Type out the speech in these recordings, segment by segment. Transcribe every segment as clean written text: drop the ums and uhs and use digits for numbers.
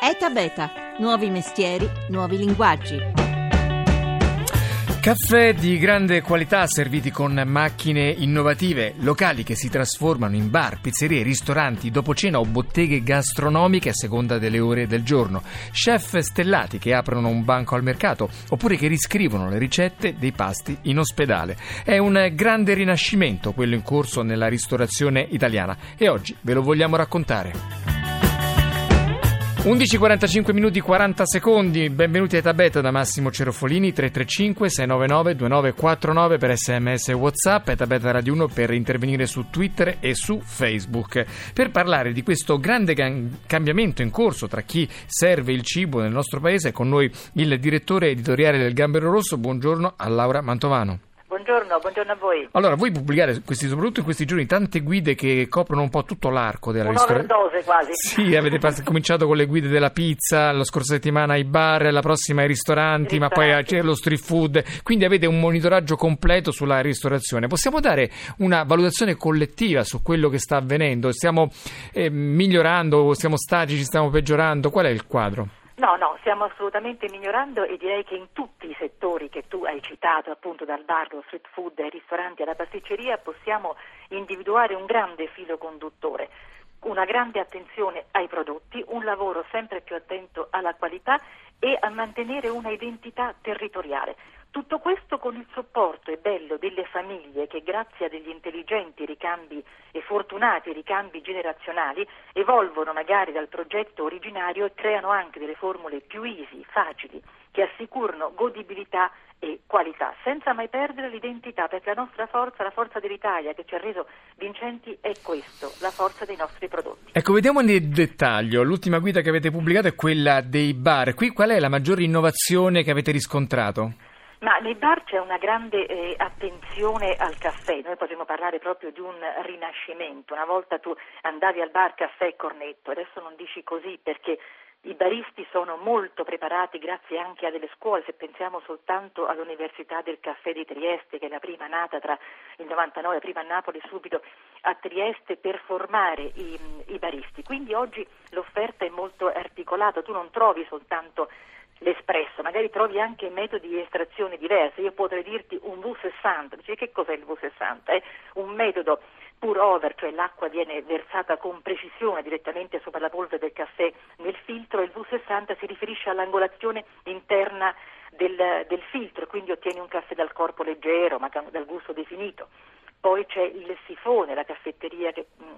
ETA Beta, nuovi mestieri, nuovi linguaggi. Caffè di grande qualità serviti con macchine innovative, locali che si trasformano in bar, pizzerie, ristoranti, dopo cena o botteghe gastronomiche a seconda delle ore del giorno, chef stellati che aprono un banco al mercato oppure che riscrivono le ricette dei pasti in ospedale. È un grande rinascimento quello in corso nella ristorazione italiana e oggi ve lo vogliamo raccontare. 11:45 minuti 40 secondi, benvenuti a ETA Beta da Massimo Cerofolini, 335-699-2949 per SMS e WhatsApp, ETA Beta Radio 1 per intervenire su Twitter e su Facebook. Per parlare di questo grande cambiamento in corso tra chi serve il cibo nel nostro paese è con noi il direttore editoriale del Gambero Rosso. Buongiorno a Laura Mantovano. Buongiorno a voi. Allora, voi pubblicate soprattutto in questi giorni tante guide che coprono un po' tutto l'arco della ristorazione. Un'overdose quasi. Sì, avete cominciato con le guide della pizza, la scorsa settimana ai bar, la prossima ai ristoranti, ma poi c'è lo street food, quindi avete un monitoraggio completo sulla ristorazione. Possiamo dare una valutazione collettiva su quello che sta avvenendo? Stiamo migliorando, siamo statici, stiamo peggiorando? Qual è il quadro? No, stiamo assolutamente migliorando e direi che in tutti i settori che tu hai citato, appunto dal bar, lo street food, ai ristoranti, alla pasticceria, possiamo individuare un grande filo conduttore, una grande attenzione ai prodotti, un lavoro sempre più attento alla qualità e a mantenere una identità territoriale. Tutto questo con il supporto, è bello, delle famiglie che grazie a degli intelligenti ricambi e fortunati ricambi generazionali evolvono magari dal progetto originario e creano anche delle formule più easy, facili, che assicurano godibilità e qualità, senza mai perdere l'identità, perché la nostra forza, la forza dell'Italia che ci ha reso vincenti è questo, la forza dei nostri prodotti. Ecco, vediamo nel dettaglio. L'ultima guida che avete pubblicato è quella dei bar. Qui qual è la maggiore innovazione che avete riscontrato? Ma nei bar c'è una grande attenzione al caffè, noi potremmo parlare proprio di un rinascimento. Una volta tu andavi al bar caffè e cornetto, adesso non dici così perché i baristi sono molto preparati grazie anche a delle scuole, se pensiamo soltanto all'Università del Caffè di Trieste, che è la prima nata tra il 99, prima a Napoli e subito a Trieste, per formare i baristi. Quindi oggi l'offerta è molto articolata, tu non trovi soltanto l'espresso, magari trovi anche metodi di estrazione diversi. Io potrei dirti un V60, dici che cos'è il V60? È un metodo pour over, cioè l'acqua viene versata con precisione direttamente sopra la polvere del caffè nel filtro, e il V60 si riferisce all'angolazione interna del filtro, quindi ottieni un caffè dal corpo leggero ma dal gusto definito. Poi c'è il sifone, la caffettiera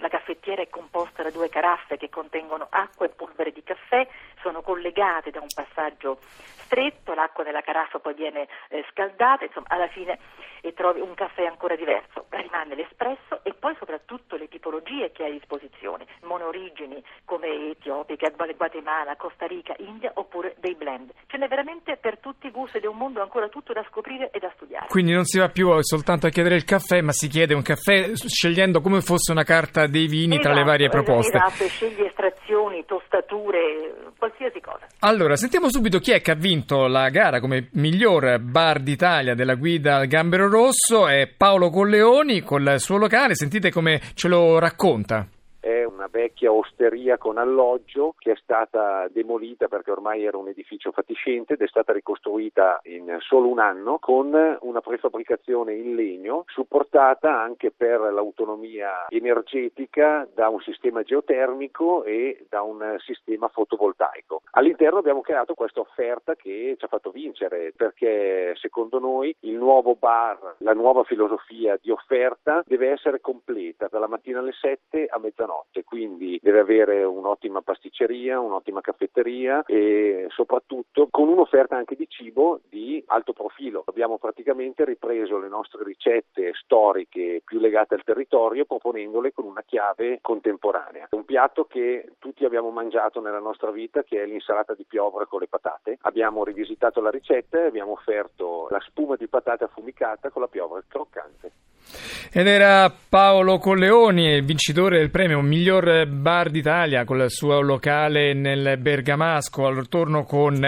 è composta da 2 caraffe che contengono acqua e polvere di caffè, sono collegate da un passaggio stretto, l'acqua nella caraffa poi viene scaldata, insomma alla fine trovi un caffè ancora diverso, rimane l'espresso e poi soprattutto le tipologie che hai a disposizione, monoorigini come etiopica, Guatemala, Costa Rica, India, oppure dei blend. Ce n'è veramente per tutti i gusti ed è un mondo ancora tutto da scoprire e da studiare. Quindi non si va più soltanto a chiedere il caffè, ma si chiede un caffè scegliendo come fosse una carta dei vini tra le varie proposte. Esatto, scegli estrazioni, tostature, qualsiasi cosa. Allora, sentiamo subito chi è che ha vinto la gara come miglior bar d'Italia della guida Gambero Rosso. È Paolo Colleoni col suo locale, sentite come ce lo racconta. È una vecchia osteria con alloggio che è stata demolita perché ormai era un edificio fatiscente ed è stata ricostruita in solo un anno con una prefabbricazione in legno supportata anche per l'autonomia energetica da un sistema geotermico e da un sistema fotovoltaico. All'interno abbiamo creato questa offerta che ci ha fatto vincere perché secondo noi il nuovo bar, la nuova filosofia di offerta deve essere completa dalla mattina alle 7 a mezzanotte. Quindi deve avere un'ottima pasticceria, un'ottima caffetteria e soprattutto con un'offerta anche di cibo di alto profilo. Abbiamo praticamente ripreso le nostre ricette storiche più legate al territorio proponendole con una chiave contemporanea. Un piatto che tutti abbiamo mangiato nella nostra vita, che è l'insalata di piovra con le patate. Abbiamo rivisitato la ricetta e abbiamo offerto la spuma di patate affumicata con la piovra croccante. Ed era Paolo Colleoni, vincitore del premio Miglior Bar d'Italia con il suo locale nel Bergamasco. Al ritorno con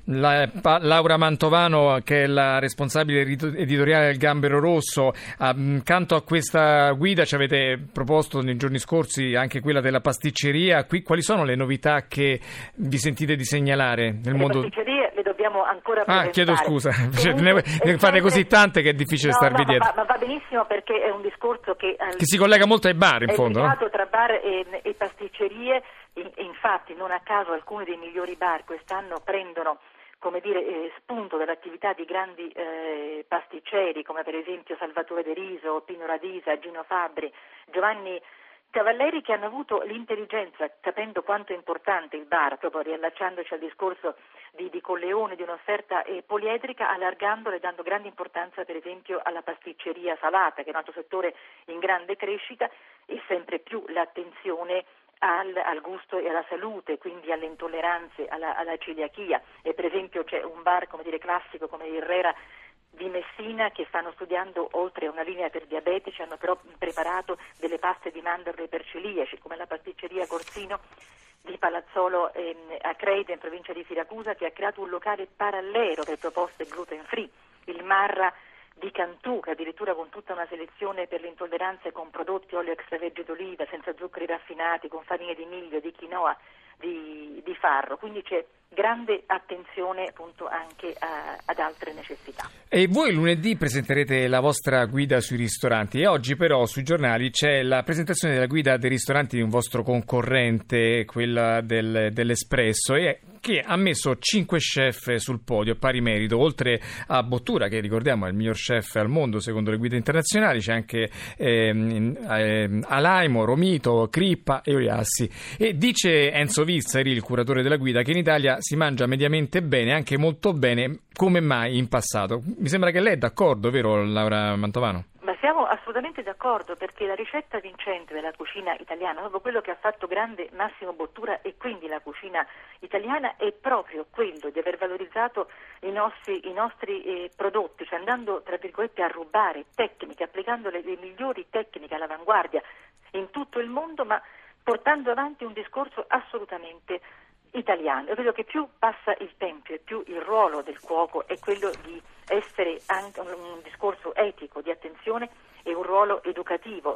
Laura Mantovano, che è la responsabile editoriale del Gambero Rosso. Accanto a questa guida ci avete proposto nei giorni scorsi anche quella della pasticceria. Qui quali sono le novità che vi sentite di segnalare nel mondo? Pasticcerie le dobbiamo ancora presentare. Chiedo scusa, ne fate così tante che è difficile starvi dietro. Ma va benissimo, perché è un discorso che si collega molto ai bar, in fondo, no? Tra bar e pasticcerie. Infatti, non a caso alcuni dei migliori bar quest'anno prendono, spunto dall'attività di grandi pasticceri, come per esempio Salvatore De Riso, Pino Radisa, Gino Fabbri, Giovanni Cavalleri, che hanno avuto l'intelligenza, capendo quanto è importante il bar, proprio riallacciandoci al discorso di Colleoni, di un'offerta poliedrica, allargandola e dando grande importanza per esempio alla pasticceria salata, che è un altro settore in grande crescita, e sempre più l'attenzione al gusto e alla salute, quindi alle intolleranze, alla celiachia. E per esempio c'è un bar classico come il Herrera di Messina, che stanno studiando, oltre a una linea per diabetici, hanno però preparato delle paste di mandorle per celiaci, come la pasticceria Corsino di Palazzolo a Creta, in provincia di Siracusa, che ha creato un locale parallelo per proposte gluten free. Il Marra di Cantù, che addirittura con tutta una selezione per le intolleranze, con prodotti olio extravergine d'oliva, senza zuccheri raffinati, con farine di miglio, di quinoa, di farro. Quindi c'è grande attenzione appunto anche ad altre necessità. E voi lunedì presenterete la vostra guida sui ristoranti, e oggi però sui giornali c'è la presentazione della guida dei ristoranti di un vostro concorrente, quella dell'Espresso, e che ha messo 5 chef sul podio a pari merito. Oltre a Bottura, che ricordiamo è il miglior chef al mondo secondo le guide internazionali, c'è anche Alaimo, Romito, Crippa e Oliassi. E dice Enzo Vizzari, il curatore della guida, che in Italia si mangia mediamente bene, anche molto bene, come mai in passato. Mi sembra che lei è d'accordo, vero Laura Mantovano? Ma siamo assolutamente d'accordo, perché la ricetta vincente della cucina italiana, proprio quello che ha fatto grande Massimo Bottura e quindi la cucina italiana, è proprio quello di aver valorizzato i nostri prodotti, cioè andando tra virgolette a rubare tecniche, applicando le migliori tecniche all'avanguardia in tutto il mondo, ma portando avanti un discorso assolutamente italiano. Io credo che più passa il tempo e più il ruolo del cuoco è quello di essere anche un discorso etico, di attenzione, e un ruolo educativo.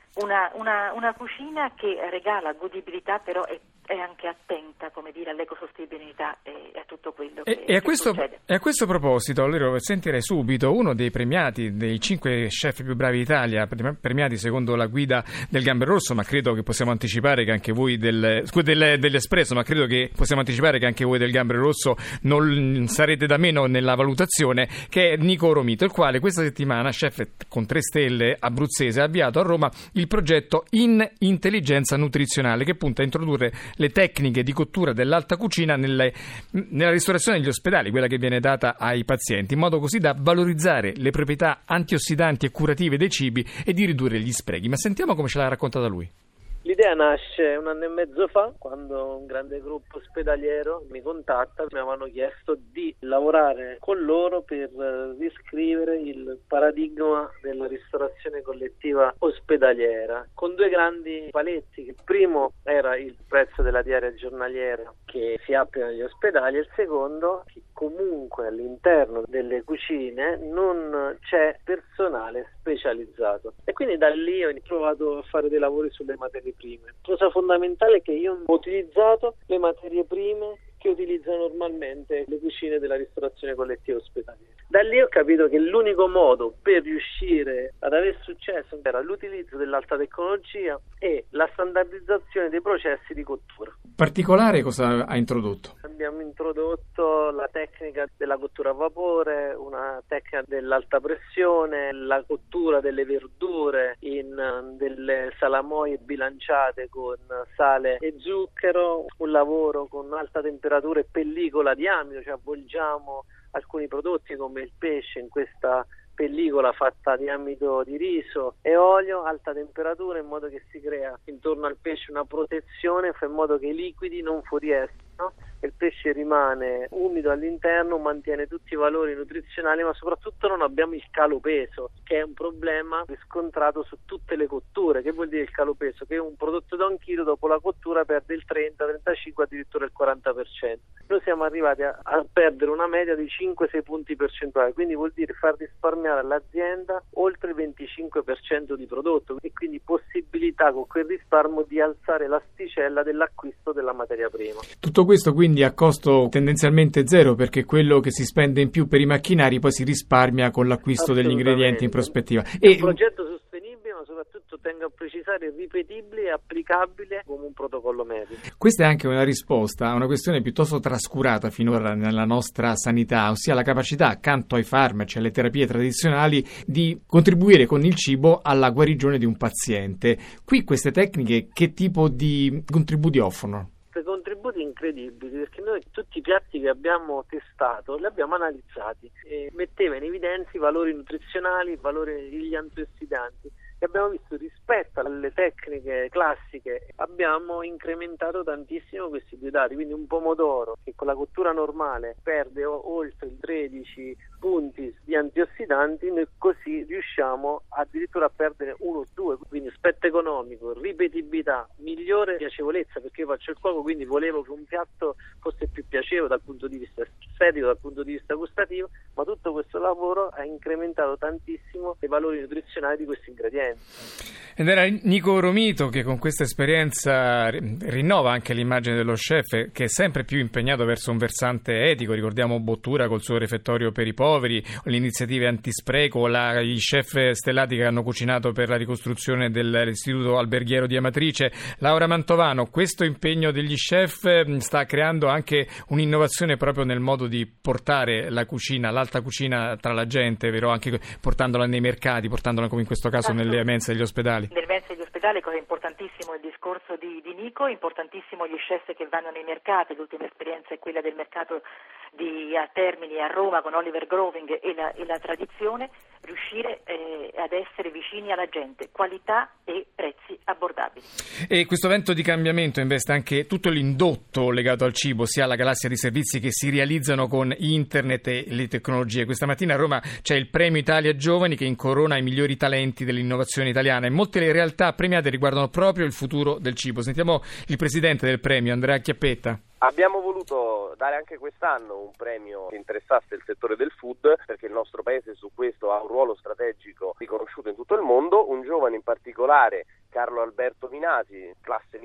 Una cucina che regala godibilità, però è anche attenta, all'ecosostenibilità e a tutto quello che succede. E a questo proposito, allora, sentirei subito uno dei premiati, dei 5 chef più bravi d'Italia, premiati secondo la guida del Gambero Rosso, ma credo che possiamo anticipare che anche voi dell'Espresso, ma credo che possiamo anticipare che anche voi del Gambero Rosso non sarete da meno nella valutazione, che è Nico Romito, il quale questa settimana, chef con 3 stelle abruzzese, ha avviato a Roma il progetto In Intelligenza Nutrizionale, che punta a introdurre le tecniche di cottura dell'alta cucina nella ristorazione degli ospedali, quella che viene data ai pazienti, in modo così da valorizzare le proprietà antiossidanti e curative dei cibi e di ridurre gli sprechi. Ma sentiamo come ce l'ha raccontata lui. L'idea nasce 1 anno e mezzo fa, quando un grande gruppo ospedaliero mi contatta. Mi avevano chiesto di lavorare con loro per riscrivere il paradigma della ristorazione collettiva ospedaliera, con 2 grandi paletti. Il primo era il prezzo della diaria giornaliera che si applica negli ospedali, e il secondo che comunque all'interno delle cucine non c'è personale specializzato. E quindi da lì ho provato a fare dei lavori sulle materie prime. Cosa fondamentale è che io ho utilizzato le materie prime che utilizzano normalmente le cucine della ristorazione collettiva ospedaliera. Da lì ho capito che l'unico modo per riuscire ad avere successo era l'utilizzo dell'alta tecnologia e la standardizzazione dei processi di cottura. Particolare cosa ha introdotto? Abbiamo introdotto la tecnica della cottura a vapore, una tecnica dell'alta pressione, la cottura delle verdure in delle salamoie bilanciate con sale e zucchero, un lavoro con alta temperatura e pellicola di amido, cioè avvolgiamo alcuni prodotti come il pesce in questa pellicola fatta di amido di riso e olio, alta temperatura, in modo che si crea intorno al pesce una protezione, fa in modo che i liquidi non fuoriescano il pesce rimane umido all'interno, mantiene tutti i valori nutrizionali, ma soprattutto non abbiamo il calo peso, che è un problema riscontrato su tutte le cotture. Che vuol dire il calo peso? Che un prodotto da 1 chilo dopo la cottura perde il 30, 35, addirittura il 40%. Noi siamo arrivati a perdere una media di 5-6 punti percentuali, quindi vuol dire far risparmiare all'azienda oltre il 25% di prodotto e quindi possibilità con quel risparmio di alzare l'asticella dell'acquisto della materia prima. Tutto questo quindi a costo tendenzialmente zero, perché quello che si spende in più per i macchinari poi si risparmia con l'acquisto degli ingredienti in prospettiva. È un progetto sostenibile, ma soprattutto tengo a precisare ripetibile e applicabile come un protocollo medico. Questa è anche una risposta a una questione piuttosto trascurata finora nella nostra sanità, ossia la capacità, accanto ai farmaci, alle terapie tradizionali, di contribuire con il cibo alla guarigione di un paziente. Qui queste tecniche che tipo di contributi offrono? Contributi incredibili, perché noi tutti i piatti che abbiamo testato li abbiamo analizzati e metteva in evidenza i valori nutrizionali, i valori degli antiossidanti, e abbiamo visto rispetto alle tecniche classiche abbiamo incrementato tantissimo questi due dati. Quindi un pomodoro che con la cottura normale perde oltre il 13 punti di antiossidanti, noi così riusciamo addirittura a perdere 1 o 2, quindi aspetto economico, ripetibilità, migliore piacevolezza, perché io faccio il cuoco, quindi volevo che un piatto fosse più piacevole dal punto di vista estetico, dal punto di vista gustativo, ma tutto questo lavoro ha incrementato tantissimo i valori nutrizionali di questi ingredienti. Ed era Nico Romito che con questa esperienza rinnova anche l'immagine dello chef, che è sempre più impegnato verso un versante etico. Ricordiamo Bottura col suo refettorio per i poveri, le iniziative antispreco, i chef stellati che hanno cucinato per la ricostruzione dell'istituto alberghiero di Amatrice. Laura Mantovano, questo impegno degli chef sta creando anche un'innovazione proprio nel modo di portare la cucina, l'alta cucina tra la gente, vero? Anche portandola nei mercati, portandola come in questo caso nelle mense degli ospedali. Nelle mense degli ospedali, cosa è importantissimo il discorso di Nico, importantissimo gli chef che vanno nei mercati. L'ultima esperienza è quella del mercato a Termini a Roma con Oliver Groving e la tradizione, riuscire ad essere vicini alla gente, qualità e prezzi abbordabili. E questo vento di cambiamento investe anche tutto l'indotto legato al cibo, sia la galassia di servizi che si realizzano con internet e le tecnologie. Questa mattina a Roma c'è il Premio Italia Giovani che incorona i migliori talenti dell'innovazione italiana, e molte le realtà premiate riguardano proprio il futuro del cibo. Sentiamo il presidente del premio, Andrea Chiappetta. Abbiamo voluto dare anche quest'anno un premio che interessasse il settore del food, perché il nostro paese su questo ha un ruolo strategico riconosciuto in tutto il mondo. Un giovane in particolare, Carlo Alberto Minasi, classe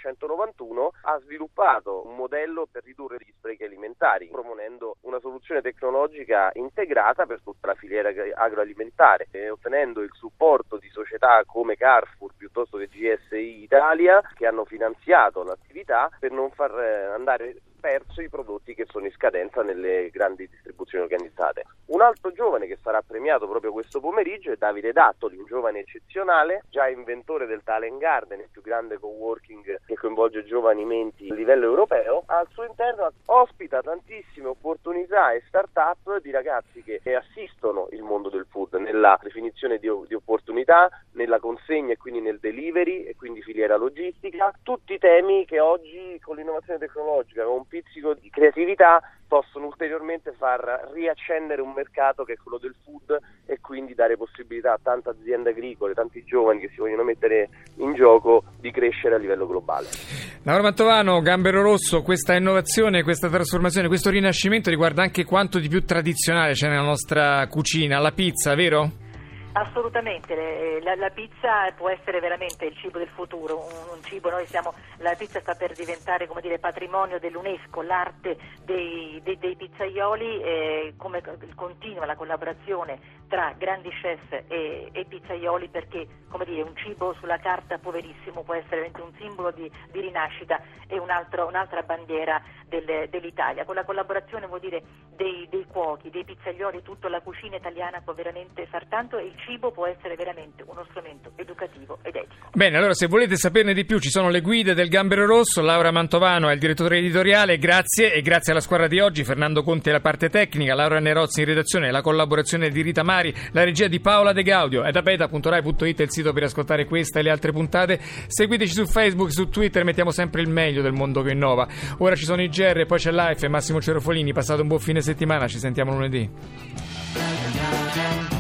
1991, ha sviluppato un modello per ridurre gli sprechi alimentari, proponendo una soluzione tecnologica integrata per tutta la filiera agroalimentare e ottenendo il supporto di società come Carrefour piuttosto che GSI Italia, che hanno finanziato l'attività per non far andare perso i prodotti che sono in scadenza nelle grandi distribuzioni organizzate. Un altro giovane che sarà premiato proprio questo pomeriggio è Davide Dattoli, un giovane eccezionale, già inventore del Talent Garden, il più grande coworking che coinvolge giovani menti a livello europeo. Al suo interno ospita tantissime opportunità e start-up di ragazzi che assistono il mondo del food nella definizione di opportunità, nella consegna e quindi nel delivery e quindi filiera logistica, tutti temi che oggi con l'innovazione tecnologica, con un pizzico di creatività, possono ulteriormente far riaccendere un mercato che è quello del food e quindi dare possibilità a tante aziende agricole, tanti giovani che si vogliono mettere in gioco di crescere a livello globale. Laura Mantovano, Gambero Rosso, questa innovazione, questa trasformazione, questo rinascimento riguarda anche quanto di più tradizionale c'è nella nostra cucina, la pizza, vero? Assolutamente, la pizza può essere veramente il cibo del futuro, un cibo, la pizza sta per diventare, come dire, patrimonio dell'UNESCO, l'arte dei pizzaioli, come continua la collaborazione tra grandi chef e pizzaioli, perché, come dire, un cibo sulla carta poverissimo può essere veramente un simbolo di rinascita e un'altra bandiera dell'Italia. Con la collaborazione, vuol dire, dei cuochi, dei pizzaioli, tutta la cucina italiana può veramente far tanto, e il cibo può essere veramente uno strumento educativo ed etico. Bene, allora se volete saperne di più ci sono le guide del Gambero Rosso. Laura Mantovano è il direttore editoriale, grazie, e grazie alla squadra di oggi, Fernando Conti alla parte tecnica, Laura Nerozzi in redazione, la collaborazione di Rita Mari, la regia di Paola De Gaudio. Edapeta.rai.it è il sito per ascoltare questa e le altre puntate. Seguiteci su Facebook, su Twitter, mettiamo sempre il meglio del mondo che innova. Ora ci sono i GR e poi c'è Life e Massimo Cerofolini. Passate un buon fine settimana, ci sentiamo lunedì.